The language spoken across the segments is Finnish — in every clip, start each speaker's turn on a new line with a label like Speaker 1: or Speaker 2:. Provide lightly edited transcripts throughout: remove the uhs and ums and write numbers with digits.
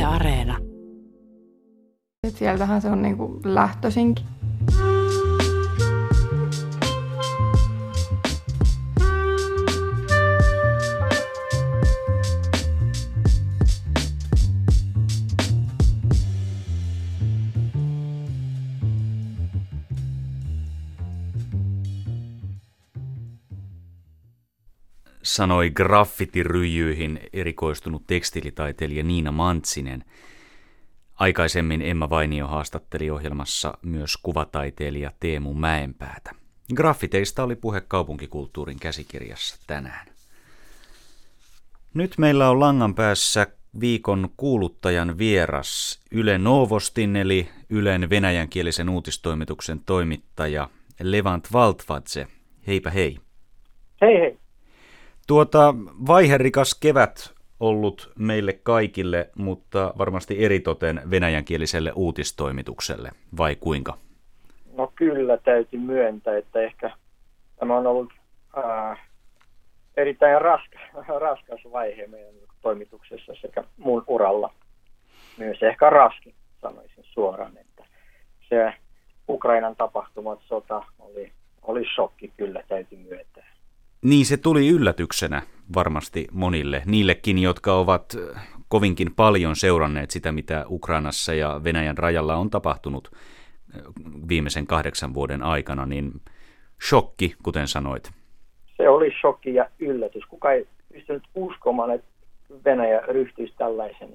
Speaker 1: Areena.
Speaker 2: Sieltähän se on niinku lähtöisinkin.
Speaker 3: Sanoi graffitiryijyihin erikoistunut tekstiilitaiteilija Niina Mantsinen. Aikaisemmin Emma Vainio haastatteli ohjelmassa myös kuvataiteilija Teemu Mäenpäätä. Graffiteista oli puhe kaupunkikulttuurin käsikirjassa tänään. Nyt meillä on langan päässä viikon kuuluttajan vieras Yle Novostin eli Ylen venäjänkielisen uutistoimituksen toimittaja Levant Valtvadze. Heipä hei.
Speaker 4: Hei hei.
Speaker 3: Vaiherikas kevät ollut meille kaikille, mutta varmasti eritoten venäjänkieliselle uutistoimitukselle, vai kuinka?
Speaker 4: No kyllä, täytyy myöntää, että ehkä tämä on ollut erittäin raskas vaihe meidän toimituksessa sekä mun uralla. Myös ehkä raskin, sanoisin suoraan, että se Ukrainan tapahtumat, sota oli shokki kyllä, täytyy myöntää.
Speaker 3: Niin, se tuli yllätyksenä varmasti monille, niillekin, jotka ovat kovinkin paljon seuranneet sitä, mitä Ukrainassa ja Venäjän rajalla on tapahtunut viimeisen 8 vuoden aikana, niin shokki, kuten sanoit.
Speaker 4: Se oli shokki ja yllätys. Kuka ei pystynyt uskomaan, että Venäjä ryhtyisi tällaisen.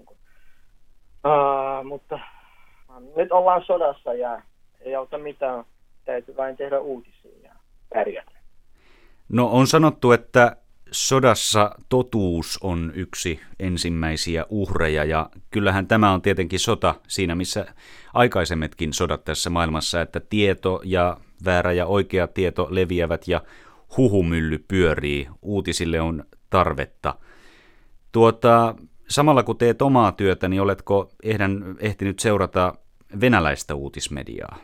Speaker 4: Mutta nyt ollaan sodassa ja ei auta mitään, täytyy vain tehdä uutisia ja pärjätä.
Speaker 3: No on sanottu, että sodassa totuus on yksi ensimmäisiä uhreja ja kyllähän tämä on tietenkin sota siinä, missä aikaisemmetkin sodat tässä maailmassa, että tieto ja väärä ja oikea tieto leviävät ja huhumylly pyörii, uutisille on tarvetta. Samalla kun teet omaa työtä, niin oletko ehtinyt seurata venäläistä uutismediaa?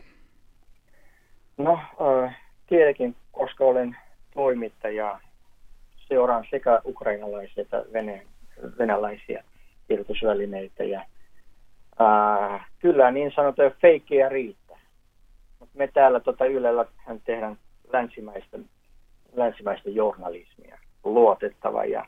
Speaker 4: No tietenkin, koska olen toimittaja, seuraan sekä ukrainalaisia että venäläisiä tiedotusvälineitä. Ja, kyllä niin sanottuja feikkejä riittää. Mutta me täällä Ylellä tehdään länsimäistä journalismia, luotettava ja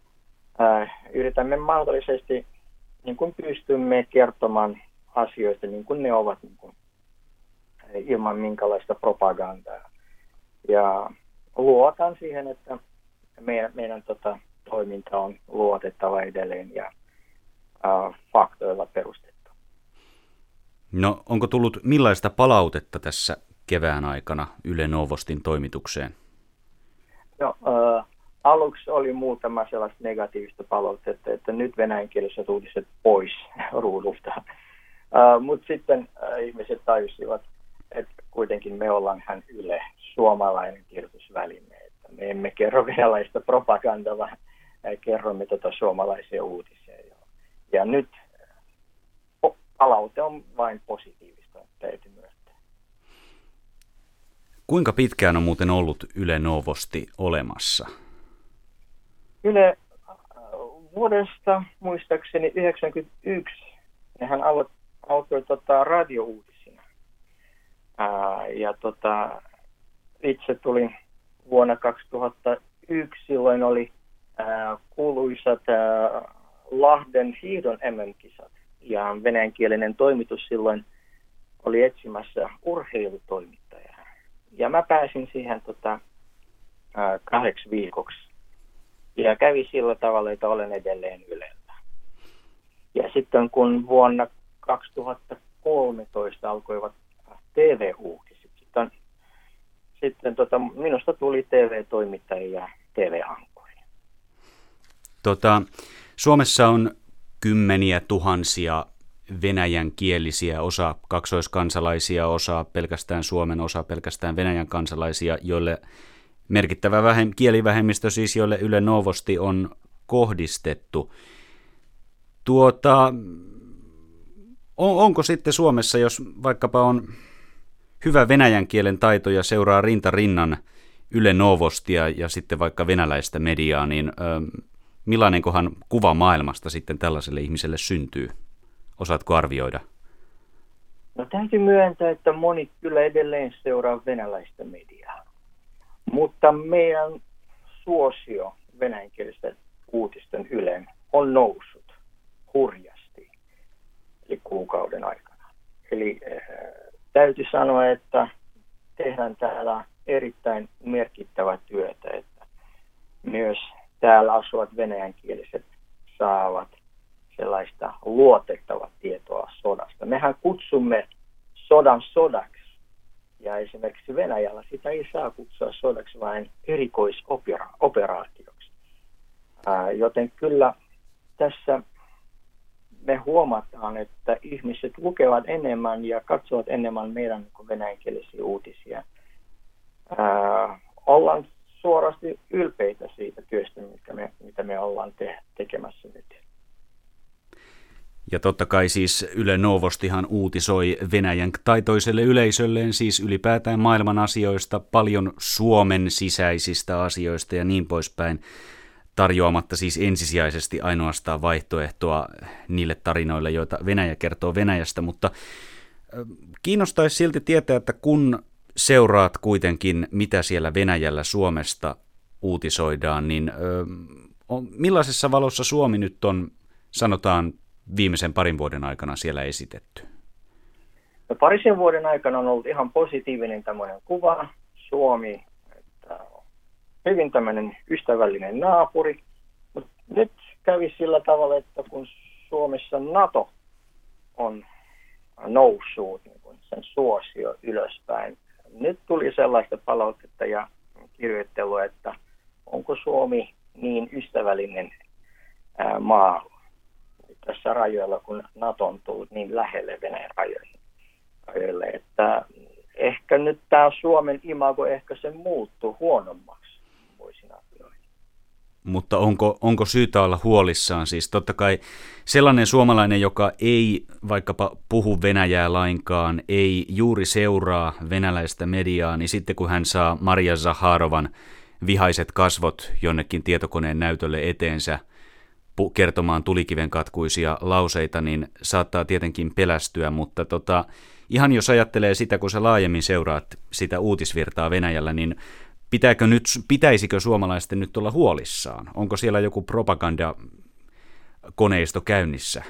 Speaker 4: yritämme mahdollisesti niin kuin pystymme kertomaan asioista niin kuin ne ovat niin kuin, ilman minkälaista propagandaa. Ja luotan siihen, että meidän toiminta on luotettava edelleen ja faktoilla perustettu.
Speaker 3: No, onko tullut millaista palautetta tässä kevään aikana Yle Novostin toimitukseen?
Speaker 4: No, aluksi oli muutama sellaista negatiivista palautetta, että nyt venäjänkieliset uutiset pois ruudulta. Mutta sitten ihmiset tajusivat, että kuitenkin me ollaan Yle, suomalainen tiedotusväline. Että me emme kerro venäläistä propagandaa, vaan kerromme suomalaisia uutisia. Ja nyt palaute on vain positiivista, täytyy myöntää.
Speaker 3: Kuinka pitkään on muuten ollut Yle Novosti olemassa?
Speaker 4: Yle vuodesta muistaakseni 1991. Nehän alkoi radiouutisina. Ja itse tuli vuonna 2001, silloin oli kuuluisat Lahden hiihdon MM-kisat. Ja venäjänkielinen toimitus silloin oli etsimässä urheilutoimittajaa. Ja mä pääsin siihen 8 viikoksi. Ja kävi sillä tavalla, että olen edelleen Ylellä. Ja sitten kun vuonna 2013 alkoivat TV-uutiset, sitten minusta tuli TV-toimittaja ja TV-ankkuri.
Speaker 3: Suomessa on kymmeniä tuhansia venäjänkielisiä, osa kaksoiskansalaisia, osa pelkästään Suomen, osa pelkästään Venäjän kansalaisia, joille merkittävä kielivähemmistö siis, joille Yle Novosti on kohdistettu. Onko sitten Suomessa, jos vaikkapa on hyvä venäjän kielen taito ja seuraa rinta rinnan Yle Novostia ja sitten vaikka venäläistä mediaa, niin millainenkohan kuva maailmasta sitten tällaiselle ihmiselle syntyy? Osaatko arvioida?
Speaker 4: No täytyy myöntää, että moni kyllä edelleen seuraa venäläistä mediaa. Mutta meidän suosio venäjänkielisten uutisten Yleen on noussut hurjasti, eli kuukauden aikana. Eli täytyy sanoa, että tehdään täällä erittäin merkittävää työtä, että myös täällä asuvat venäjänkieliset saavat sellaista luotettavaa tietoa sodasta. Mehän kutsumme sodan sodaksi, ja esimerkiksi Venäjällä sitä ei saa kutsua sodaksi, vaan erikoisoperaatioksi. Joten kyllä tässä me huomataan, että ihmiset lukevat enemmän ja katsovat enemmän meidän venäjänkielisiä uutisia. Ollaan suorasti ylpeitä siitä työstä, mitä me ollaan tekemässä nyt.
Speaker 3: Ja totta kai siis Yle Novostihan uutisoi Venäjän taitoiselle yleisölleen siis ylipäätään maailman asioista, paljon Suomen sisäisistä asioista ja niin poispäin, tarjoamatta siis ensisijaisesti ainoastaan vaihtoehtoa niille tarinoille, joita Venäjä kertoo Venäjästä, mutta kiinnostaisi silti tietää, että kun seuraat kuitenkin, mitä siellä Venäjällä Suomesta uutisoidaan, niin millaisessa valossa Suomi nyt on, sanotaan, viimeisen parin vuoden aikana siellä esitetty?
Speaker 4: No, parisen vuoden aikana on ollut ihan positiivinen tämmöinen kuva. Suomi, että hyvin tämmöinen ystävällinen naapuri. Mutta nyt kävi sillä tavalla, että kun Suomessa NATO on noussut niin sen suosio ylöspäin, nyt tuli sellaista palautetta ja kirjoittelua, että onko Suomi niin ystävällinen maa tässä rajoilla, kun NATO on tullut niin lähelle Venäjän rajoille, että ehkä nyt tämä Suomen imago ehkä se muuttuu huonommaksi, voisin arvioida.
Speaker 3: Mutta onko syytä olla huolissaan? Siis totta kai sellainen suomalainen, joka ei vaikkapa puhu venäjää lainkaan, ei juuri seuraa venäläistä mediaa, niin sitten kun hän saa Maria Zaharovan vihaiset kasvot jonnekin tietokoneen näytölle eteensä kertomaan tulikiven katkuisia lauseita, niin saattaa tietenkin pelästyä, mutta ihan jos ajattelee sitä, kun sä laajemmin seuraat sitä uutisvirtaa Venäjällä, niin pitäisikö suomalaisten nyt olla huolissaan? Onko siellä joku propagandakoneisto käynnissä?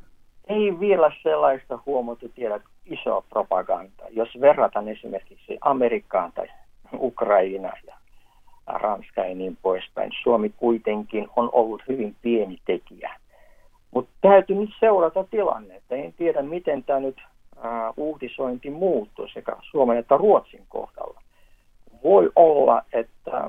Speaker 4: Ei vielä sellaista huomattu tiedä isoa propagandaa. Jos verrataan esimerkiksi Amerikkaan tai Ukrainaan ja Ranska ja niin poispäin. Suomi kuitenkin on ollut hyvin pieni tekijä. Mutta täytyy nyt seurata tilannetta. En tiedä, miten tämä nyt uutisointi muuttuu sekä Suomen että Ruotsin kohdalla. Voi olla, että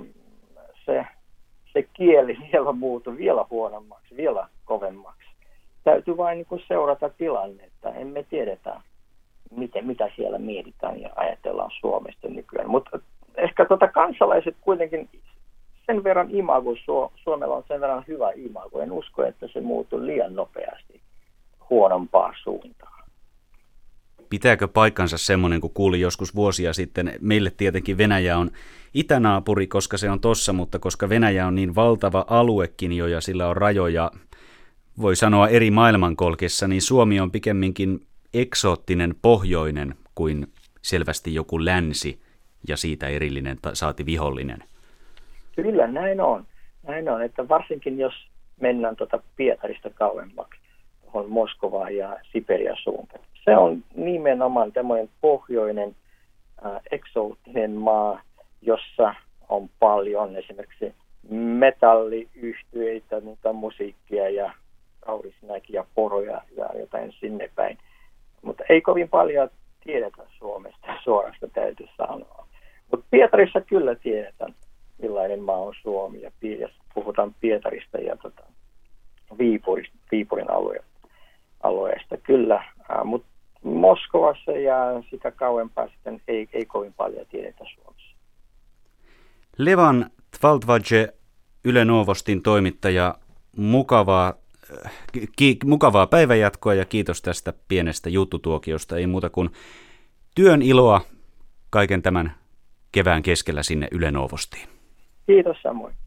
Speaker 4: se kieli vielä muuttuu vielä huonommaksi, vielä kovemmaksi. Täytyy vain niin kuin seurata tilannetta. Emme tiedetä, mitä siellä mietitään ja ajatellaan Suomesta nykyään. Mutta ehkä kansalaiset kuitenkin sen verran imago, Suomella on sen verran hyvä imago. En usko, että se muuttuu liian nopeasti huonompaa suuntaan.
Speaker 3: Pitääkö paikkansa semmoinen, kun kuulin joskus vuosia sitten, meille tietenkin Venäjä on itänaapuri, koska se on tossa, mutta koska Venäjä on niin valtava aluekin jo ja sillä on rajoja, voi sanoa eri maailmankolkissa, niin Suomi on pikemminkin eksoottinen pohjoinen kuin selvästi joku länsi ja siitä erillinen saati vihollinen.
Speaker 4: Kyllä, näin on. Näin on, että varsinkin jos mennään Pietarista kauemmaksi, tuohon Moskovaan ja Siperian suuntaan. Se on nimenomaan tämmöinen pohjoinen eksoottinen maa, jossa on paljon esimerkiksi metalliyhtyeitä, musiikkia ja kaurisnäkiä, poroja ja jotain sinne päin. Mutta ei kovin paljon tiedetä Suomesta suorasta, täytyy sanoa. Mutta Pietarissa kyllä tiedetään, millainen maa on Suomi. Ja puhutaan Pietarista ja Viipurin alueesta kyllä. Mutta Moskovassa ja sitä kauempaa sitten ei kovin paljon tiedetä Suomessa.
Speaker 3: Levan Tvaldvadze, Yle Novostin toimittaja, mukavaa päivänjatkoa ja kiitos tästä pienestä juttutuokiosta. Ei muuta kuin työn iloa kaiken tämän kevään keskellä sinne Yle Novostiin.
Speaker 4: Kiitos samoin.